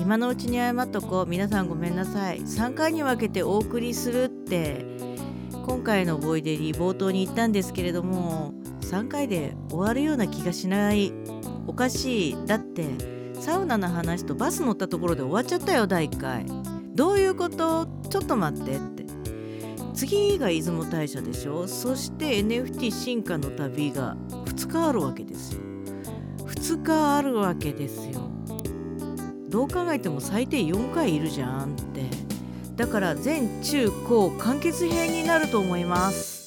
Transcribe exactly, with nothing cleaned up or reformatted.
今のうちに謝っとこう。皆さんごめんなさい。さんかいに分けてお送りするって今回のボイデリー冒頭に言ったんですけれども、さんかいで終わるような気がしない。おかしい。だってサウナの話とバス乗ったところで終わっちゃったよだいいっかい。どういうこと？ちょっと待ってって。次が出雲大社でしょ。そして エヌエフティー 進化の旅がふつかあるわけですよ。ふつかあるわけですよ。どう考えても最低よんかいいるじゃんって。だから全中高完結編になると思います。